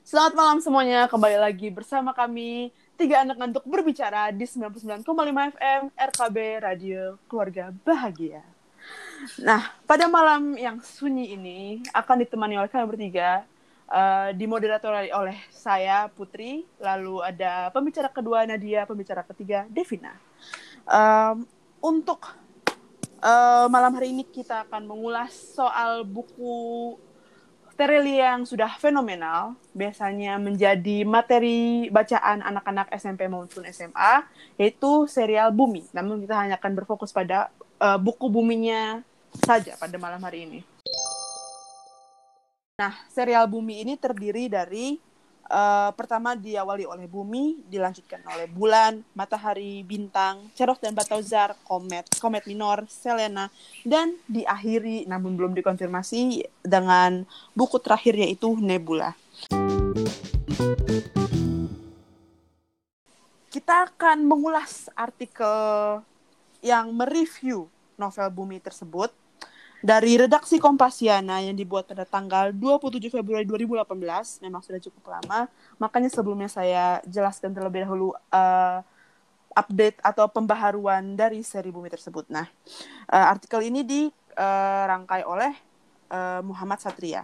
Selamat malam semuanya, kembali lagi bersama kami tiga anak ngantuk berbicara di 99,5 FM RKB Radio Keluarga Bahagia. Nah, pada malam yang sunyi ini akan ditemani oleh kalian bertiga, dimoderatori oleh saya Putri, lalu ada pembicara kedua Nadia, pembicara ketiga Devina. Untuk malam hari ini kita akan mengulas soal buku Terelia yang sudah fenomenal, biasanya menjadi materi bacaan anak-anak SMP maupun SMA, yaitu serial Bumi. Namun kita hanya akan berfokus pada buku Buminya saja pada malam hari ini. Nah, serial Bumi ini terdiri dari pertama diawali oleh bumi, dilanjutkan oleh bulan, matahari, bintang, Ceros dan Batozar, komet minor, Selena, dan diakhiri, namun belum dikonfirmasi, dengan buku terakhir yaitu Nebula. Kita akan mengulas artikel yang mereview novel Bumi tersebut dari redaksi Kompasiana yang dibuat pada tanggal 27 Februari 2018, memang sudah cukup lama. Makanya sebelumnya saya jelaskan terlebih dahulu update atau pembaharuan dari seri Bumi tersebut. Nah, artikel ini dirangkai oleh Muhammad Satria.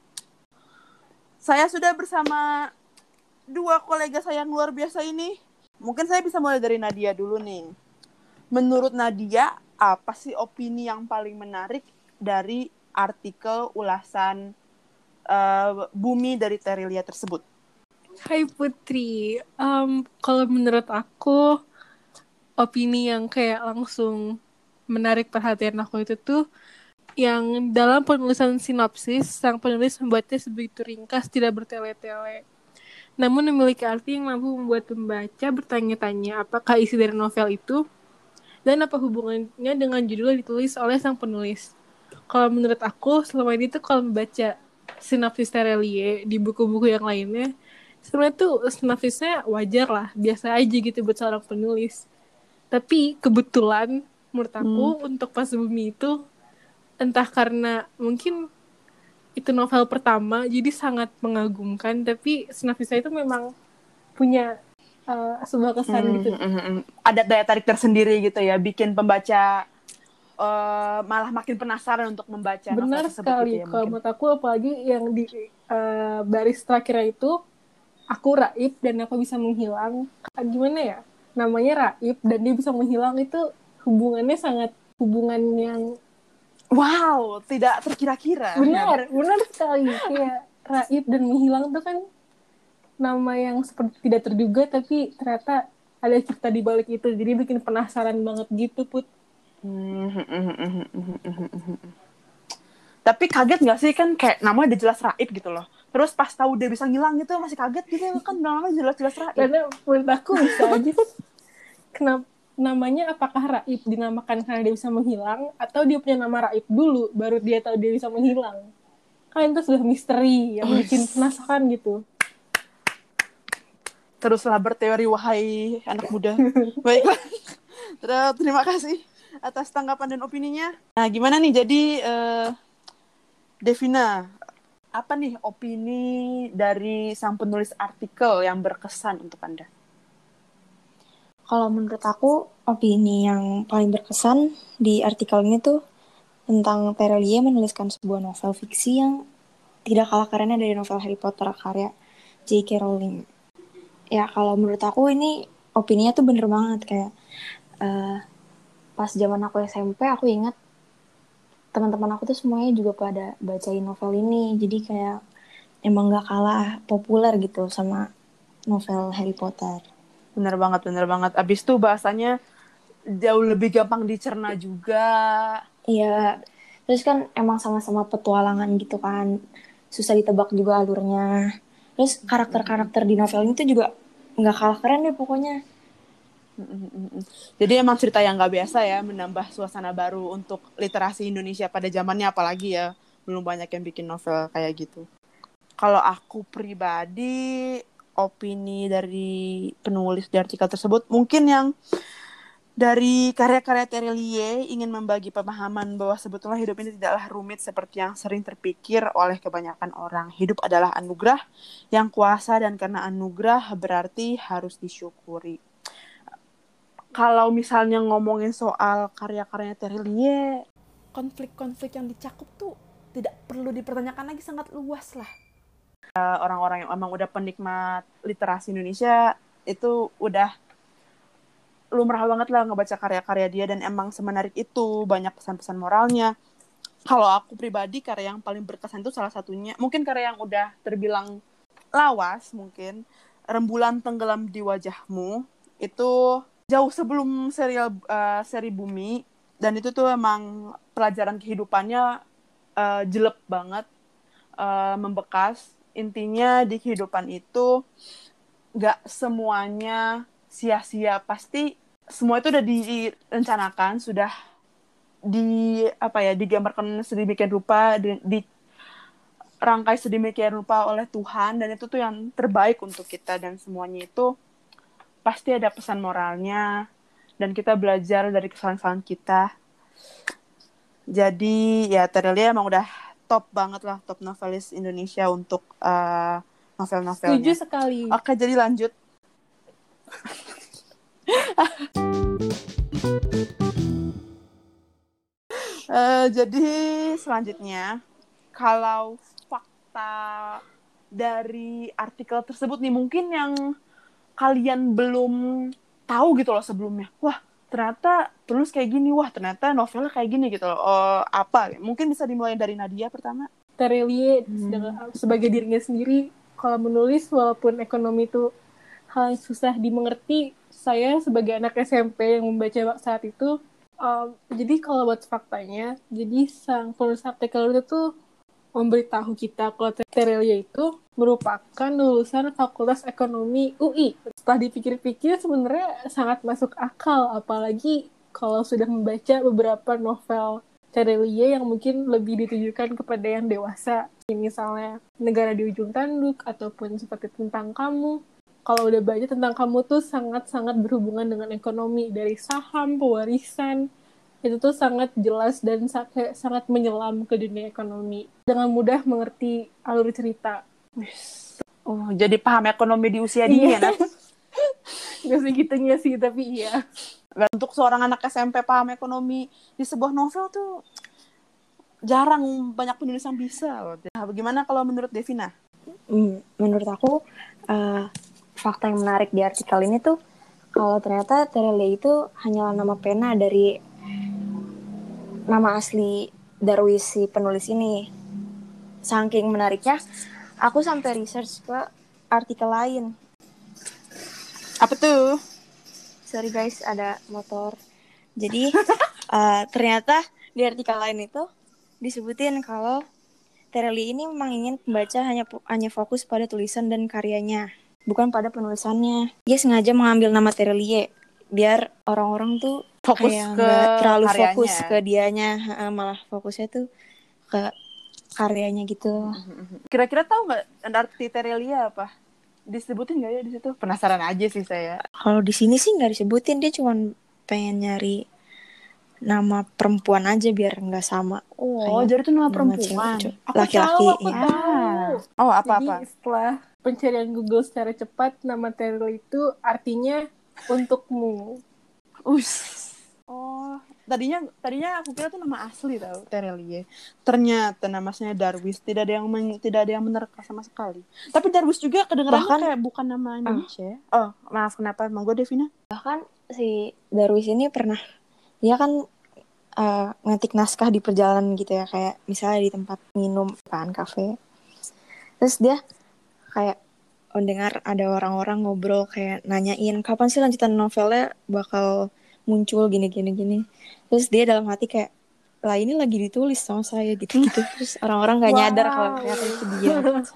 Saya sudah bersama dua kolega saya yang luar biasa ini. Mungkin saya bisa mulai dari Nadia dulu nih. Menurut Nadia, apa sih opini yang paling menarik dari artikel ulasan Bumi dari Terelia tersebut? Hai Putri, kalau menurut aku opini yang kayak langsung menarik perhatian aku itu tuh yang dalam penulisan sinopsis sang penulis membuatnya sebegitu ringkas, tidak bertele-tele, namun memiliki arti yang mampu membuat pembaca bertanya-tanya apakah isi dari novel itu dan apa hubungannya dengan judul yang ditulis oleh sang penulis. Kalau menurut aku selama ini tuh kalau membaca sinopsis Terelie di buku-buku yang lainnya, sebenarnya tuh sinopsisnya wajar lah, biasa aja gitu buat seorang penulis. Tapi kebetulan menurut aku untuk Pas Bumi itu entah karena mungkin itu novel pertama jadi sangat mengagumkan, tapi sinopsisnya itu memang punya sebuah kesan gitu. Ada daya tarik tersendiri gitu ya, bikin pembaca malah makin penasaran untuk membaca novel Benar tersebut gitu sekali ya kalau mungkin. menurut aku, apalagi yang di baris terakhirnya itu aku raib dan aku bisa menghilang. Gimana ya, namanya raib dan dia bisa menghilang, itu hubungannya sangat hubungan yang Wow, tidak terkira-kira ternyata. benar sekali. Kayak raib dan menghilang itu kan nama yang seperti tidak terduga, tapi ternyata ada cerita di balik itu, jadi bikin penasaran banget gitu Put. Tapi kaget gak sih, kan kayak namanya udah jelas raib gitu loh. Terus pas tahu dia bisa ngilang gitu masih kaget gitu, kan namanya jelas-jelas raib. Karena menurut aku bisa aja kan, kenapa namanya, apakah Raib dinamakan karena dia bisa menghilang atau dia punya nama Raib dulu baru dia tahu dia bisa menghilang. Kan itu sudah misteri yang bikin penasaran gitu. Teruslah berteori wahai anak muda. Baiklah. Terima kasih atas tanggapan dan opininya. Nah, gimana nih jadi Devina, apa nih opini dari sang penulis artikel yang berkesan untuk Anda? Kalau menurut aku, opini yang paling berkesan di artikel ini tuh tentang Terelie menuliskan sebuah novel fiksi yang tidak kalah kerennya dari novel Harry Potter karya J.K. Rowling. Ya, kalau menurut aku ini opininya tuh bener banget. Kayak pas zaman aku SMP, aku ingat teman-teman aku tuh semuanya juga pada bacain novel ini. Jadi kayak emang gak kalah populer gitu sama novel Harry Potter. Bener banget. Abis itu bahasanya jauh lebih gampang dicerna juga. Iya, terus kan emang sama-sama petualangan gitu kan, susah ditebak juga alurnya. Terus karakter-karakter di novel ini tuh juga nggak kalah keren deh pokoknya. Jadi emang cerita yang nggak biasa ya, menambah suasana baru untuk literasi Indonesia pada zamannya, apalagi ya belum banyak yang bikin novel kayak gitu. Kalau aku pribadi, opini dari penulis di artikel tersebut mungkin yang Dari karya-karya Terelie ingin membagi pemahaman bahwa sebetulnya hidup ini tidaklah rumit seperti yang sering terpikir oleh kebanyakan orang. Hidup adalah anugerah yang kuasa dan karena anugerah berarti harus disyukuri. Kalau misalnya ngomongin soal karya-karya Terelie, konflik-konflik yang dicakup tuh tidak perlu dipertanyakan lagi, sangat luas lah. Orang-orang yang emang udah penikmat literasi Indonesia itu udah lumrah banget lah ngebaca karya-karya dia dan emang semenarik itu, banyak pesan-pesan moralnya. Kalau aku pribadi karya yang paling berkesan itu salah satunya, mungkin karya yang udah terbilang lawas mungkin, Rembulan Tenggelam di Wajahmu, itu jauh sebelum seri Bumi, dan itu tuh emang pelajaran kehidupannya jelek banget, membekas. Intinya di kehidupan itu gak semuanya sia-sia, pasti semua itu udah direncanakan, sudah digambarkan sedemikian rupa, dirangkai sedemikian rupa oleh Tuhan, dan itu tuh yang terbaik untuk kita, dan semuanya itu pasti ada pesan moralnya dan kita belajar dari kesalahan-kesalahan kita. Jadi ya Terelia emang udah top banget lah, top novelis Indonesia untuk novel-novelnya. Setuju sekali. Oke, jadi lanjut. Jadi selanjutnya, kalau fakta dari artikel tersebut nih, mungkin yang kalian belum tahu gitu loh sebelumnya. Wah, ternyata tulis kayak gini. Wah, ternyata novelnya kayak gini gitu loh. Apa? Mungkin bisa dimulai dari Nadia pertama. Terelie sebagai dirinya sendiri, kalau menulis walaupun ekonomi itu hal yang susah dimengerti, saya sebagai anak SMP yang membaca saat itu, jadi kalau buat faktanya, jadi sang penulis artikel itu tuh memberitahu kita kalau Terelie itu merupakan lulusan Fakultas Ekonomi UI. Setelah dipikir-pikir sebenarnya sangat masuk akal, apalagi kalau sudah membaca beberapa novel Terelie yang mungkin lebih ditujukan kepada yang dewasa. Misalnya Negara di Ujung Tanduk, ataupun seperti Tentang Kamu. Kalau udah baca Tentang Kamu tuh sangat-sangat berhubungan dengan ekonomi, dari saham, pewarisan, itu tuh sangat jelas dan sangat menyelam ke dunia ekonomi. Dengan mudah mengerti alur cerita. Oh, jadi paham ekonomi di usia dini ya, Nat? Gak segitunya sih, tapi iya. Untuk seorang anak SMP paham ekonomi di sebuah novel tuh jarang banyak penulis yang bisa loh. Nah, bagaimana kalau menurut Devina? Menurut aku, fakta yang menarik di artikel ini tuh, kalau ternyata Terelie itu hanyalah nama pena dari nama asli Darwis si penulis ini. Saking menariknya, aku sampai research ke artikel lain. Apa tuh? Sorry guys, ada motor. Jadi ternyata di artikel lain itu disebutin kalau Terelie ini memang ingin pembaca hanya fokus pada tulisan dan karyanya, bukan pada penulisannya. Dia sengaja mengambil nama Terelie biar orang-orang tuh Fokus kayak ke nggak terlalu karyanya. fokus ke dianya, malah fokusnya tuh ke karyanya gitu. Kira-kira tahu nggak arti Terelia apa? Disebutin nggak ya di situ? Penasaran aja sih saya. Kalau di sini sih nggak disebutin, dia cuma pengen nyari nama perempuan aja biar nggak sama. Oh, jadi itu nama perempuan. Laki-laki. Aku tahu. Oh, apa-apa? Jadi setelah pencarian Google secara cepat, nama Terelie itu artinya untukmu. Oh, tadinya aku kira itu nama asli tahu, Terelie. Ternyata namanya Darwis. Tidak ada yang menerka sama sekali. Tapi Darwis juga kedengarannya kayak bukan nama Indonesia ya. Oh, maaf, kenapa? Monggo Devina. Bahkan si Darwis ini pernah, dia kan ngetik naskah di perjalanan gitu ya, kayak misalnya di tempat minum kan, kafe. Terus dia kayak mendengar ada orang-orang ngobrol, kayak nanyain kapan sih lanjutan novelnya bakal muncul gini. Terus dia dalam hati kayak, lah ini lagi ditulis sama saya gitu. Terus orang-orang nggak nyadar kalau ternyata itu dia.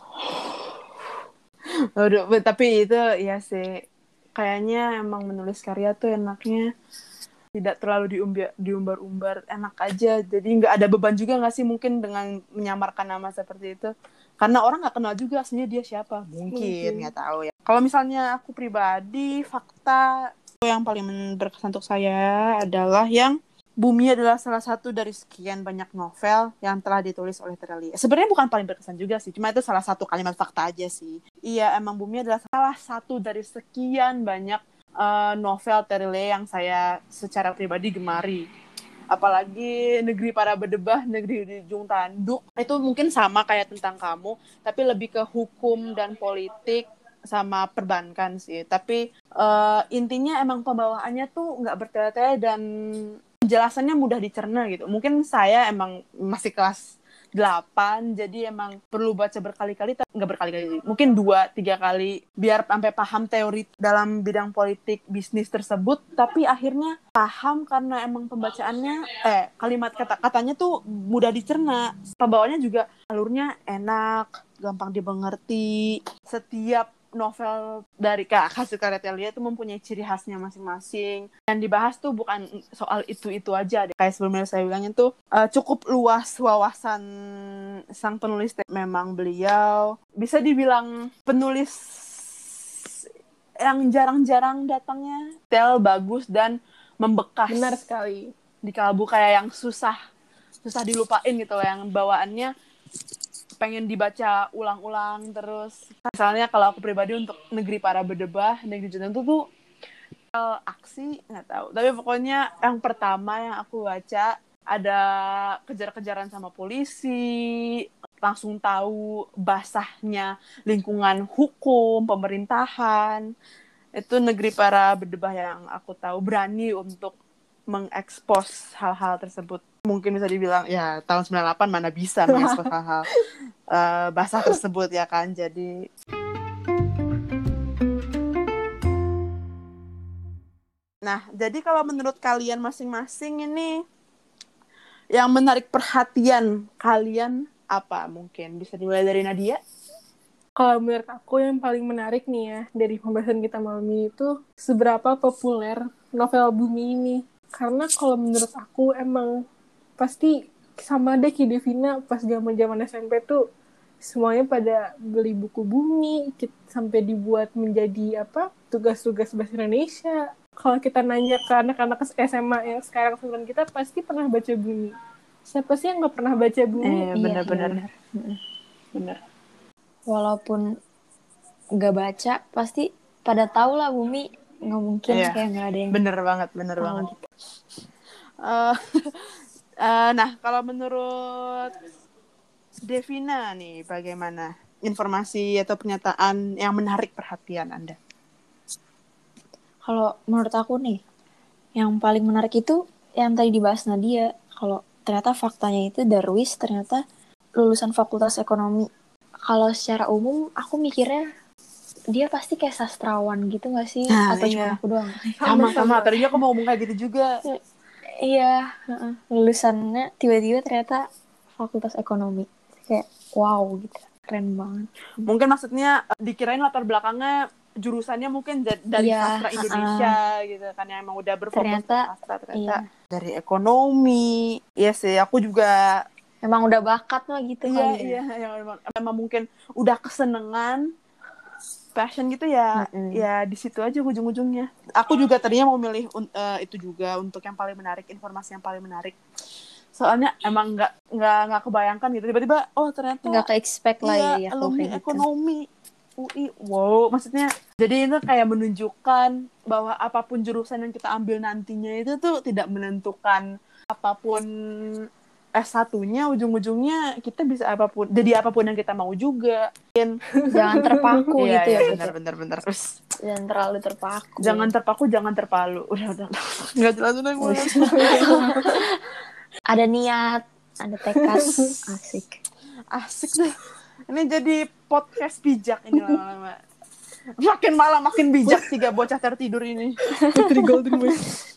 Aduh, tapi itu ya sih, kayaknya emang menulis karya tuh enaknya tidak terlalu diumbar-umbar, enak aja. Jadi nggak ada beban juga nggak sih mungkin dengan menyamarkan nama seperti itu, karena orang nggak kenal juga aslinya dia siapa. Mungkin nggak tahu ya. Kalau misalnya aku pribadi, fakta Yang paling berkesan untuk saya adalah yang Bumi adalah salah satu dari sekian banyak novel yang telah ditulis oleh Terelie. Sebenarnya bukan paling berkesan juga sih, cuma itu salah satu kalimat fakta aja sih. Iya, emang Bumi adalah salah satu dari sekian banyak novel Terelie yang saya secara pribadi gemari. Apalagi Negeri Para Berdebah, Negeri di Ujung Tanduk, itu mungkin sama kayak Tentang Kamu, tapi lebih ke hukum dan politik sama perbankan sih. Tapi intinya emang pembawaannya tuh nggak bertele-tele dan penjelasannya mudah dicerna gitu. Mungkin saya emang masih kelas 8, jadi emang perlu baca berkali-kali, nggak berkali-kali, mungkin 2-3 kali, biar sampai paham teori dalam bidang politik bisnis tersebut, tapi akhirnya paham karena emang pembacaannya, kalimat kata-katanya tuh mudah dicerna, pembawaannya juga alurnya enak, gampang dimengerti. Setiap novel dari hasil karya Terelie itu mempunyai ciri khasnya masing-masing. Yang dibahas tuh bukan soal itu-itu aja deh. Kayak sebelumnya saya bilangin tuh cukup luas wawasan sang penulis. Memang beliau bisa dibilang penulis yang jarang-jarang datangnya. Bagus dan membekas. Benar sekali. Di kalbu kayak yang susah dilupain gitu loh, yang bawaannya pengen dibaca ulang-ulang terus. Misalnya kalau aku pribadi untuk Negeri Para Berdebah, Negeri Ujung Tanduk tuh aksi nggak tahu. Tapi pokoknya yang pertama yang aku baca ada kejar-kejaran sama polisi, langsung tahu basahnya lingkungan hukum, pemerintahan. Itu Negeri Para Berdebah yang aku tahu berani untuk mengekspos hal-hal tersebut. Mungkin bisa dibilang ya tahun 98 mana bisa mengekspos hal-hal bahasa tersebut ya kan. Jadi nah, jadi kalau menurut kalian masing-masing ini yang menarik perhatian kalian apa? Mungkin bisa dimulai dari Nadia. Kalau menurut aku yang paling menarik nih ya dari pembahasan kita malam ini itu seberapa populer novel Bumi ini. Karena kalau menurut aku emang pasti sama deh kayak Devina pas zaman SMP tuh semuanya pada beli buku Bumi sampai dibuat menjadi tugas-tugas bahasa Indonesia. Kalau kita nanya ke anak-anak SMA yang sekarang seumuran kita pasti pernah baca Bumi. Siapa sih yang nggak pernah baca Bumi? Benar-benar. Benar. Walaupun nggak baca pasti pada tahu lah Bumi, nggak mungkin kayak nggak ada yang bener banget gitu. Nah, kalau menurut Devina nih, bagaimana informasi atau pernyataan yang menarik perhatian Anda? Kalau menurut aku nih, yang paling menarik itu yang tadi dibahas Nadia. Kalau ternyata faktanya itu Darwis ternyata lulusan Fakultas Ekonomi. Kalau secara umum aku mikirnya dia pasti kayak sastrawan gitu nggak sih? Atau cuma aku doang? Sama. Tadinya aku mau ngomong kayak gitu juga. Iya, lulusannya tiba-tiba ternyata Fakultas Ekonomi. Kayak wow gitu, keren banget. Mungkin maksudnya dikirain latar belakangnya jurusannya mungkin dari sastra Indonesia gitu kan, yang emang udah berfokus ternyata, sastra, ternyata dari ekonomi. Iya sih, aku juga emang udah bakat lah gitu kali ya. Iya, emang mungkin udah kesenengan, passion gitu ya. Ya di situ aja ujung-ujungnya. Aku juga tadinya mau milih itu juga untuk yang paling menarik, informasi yang paling menarik. Soalnya emang nggak kebayangkan gitu, tiba-tiba ternyata nggak ke-expect lah ya alumni ekonomi UI. Wow, maksudnya jadi itu kayak menunjukkan bahwa apapun jurusan yang kita ambil nantinya itu tuh tidak menentukan apapun S1-nya, ujung-ujungnya kita bisa jadi apapun yang kita mau juga. Jangan terpaku gitu ya. Iya, benar. Terus jangan terlalu terpaku. Jangan terpaku, jangan terpalu. Udah. Nggak jelas udah gue. Ada niat, ada tekad, asik deh. Ini jadi podcast bijak ini lama-lama. Makin malam makin bijak 3 bocah tertidur ini. Putri Golden Boy.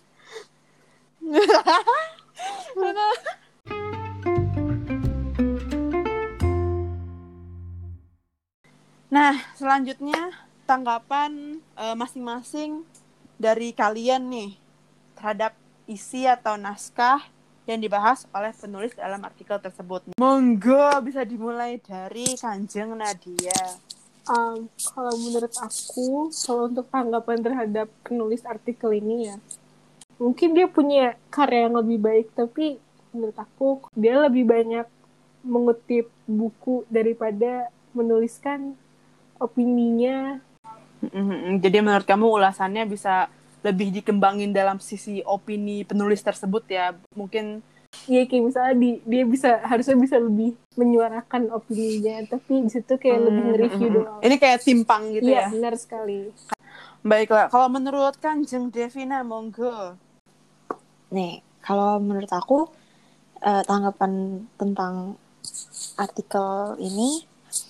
Nah, selanjutnya tanggapan masing-masing dari kalian nih terhadap isi atau naskah yang dibahas oleh penulis dalam artikel tersebut. Monggo bisa dimulai dari Kanjeng Nadia. Kalau menurut aku, kalau untuk tanggapan terhadap penulis artikel ini ya, mungkin dia punya karya yang lebih baik, tapi menurut aku dia lebih banyak mengutip buku daripada menuliskan opininya. Jadi menurut kamu ulasannya bisa lebih dikembangin dalam sisi opini penulis tersebut ya? Mungkin Ya kayak misalnya dia harusnya bisa lebih menyuarakan opininya, tapi di situ kayak lebih nge-review doang. ini kayak timpang gitu Iya, ya? benar sekali. Baiklah, kalau menurut Kanjeng Devina, monggo. Nih, kalau menurut aku tanggapan tentang artikel ini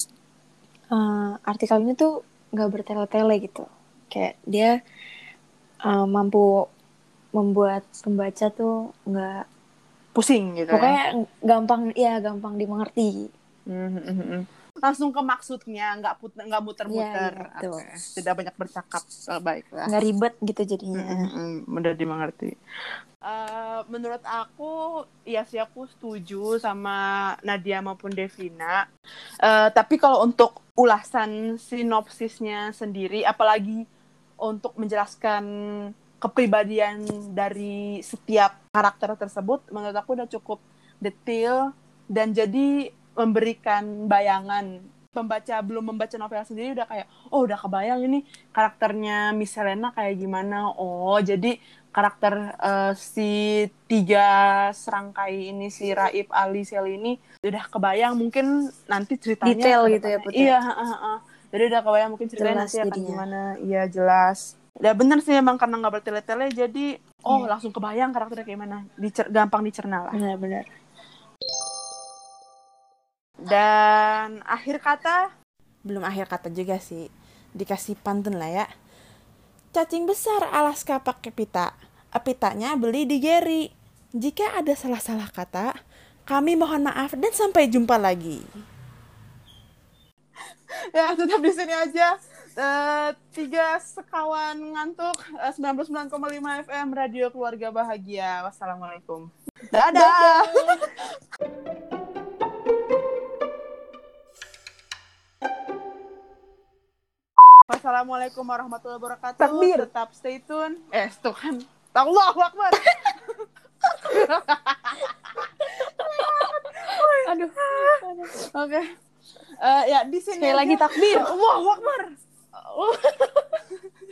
tuh nggak bertele-tele gitu. Kayak dia mampu membuat pembaca tuh nggak Pusing gitu pokoknya gampang dimengerti. Langsung ke maksudnya, nggak muter-muter. Iya, Okay. Tidak banyak bercakap. Baiklah. Nggak ribet gitu jadinya. Mudah dimengerti. Menurut aku, ya sih aku setuju sama Nadia maupun Devina. Tapi kalau untuk ulasan sinopsisnya sendiri, apalagi untuk menjelaskan kepribadian dari setiap karakter tersebut, menurut aku udah cukup detail dan jadi memberikan bayangan. Pembaca belum membaca novel sendiri udah kayak, oh udah kebayang ini karakternya Miss Helena kayak gimana. Oh jadi karakter si 3 serangkai ini, si Raib, Ali, Sally ini udah kebayang mungkin nanti ceritanya detail gitu ya Putri. Iya, jadi udah kebayang mungkin ceritanya jelas nanti akan gimana. Iya jelas. Ya bener sih emang karena nggak bertele-tele jadi langsung kebayang karakternya kayak mana. Gampang dicerna lah. Benar-benar. Dan akhir kata, belum akhir kata juga sih, dikasih pantun lah ya. Cacing besar Alaska pakai pita, pitanya beli di Geri. Jika ada salah-salah kata, kami mohon maaf dan sampai jumpa lagi. Ya tetap di sini aja. 3 sekawan ngantuk, 99,5 FM Radio Keluarga Bahagia. Wassalamualaikum. Dadah. Wassalamualaikum warahmatullahi wabarakatuh. Takbir. Tetap stay tune. Tuh kan. Allahu Akbar. Aduh. Oke. Ya di sini Sekali lagi takbir. Allahu Akbar.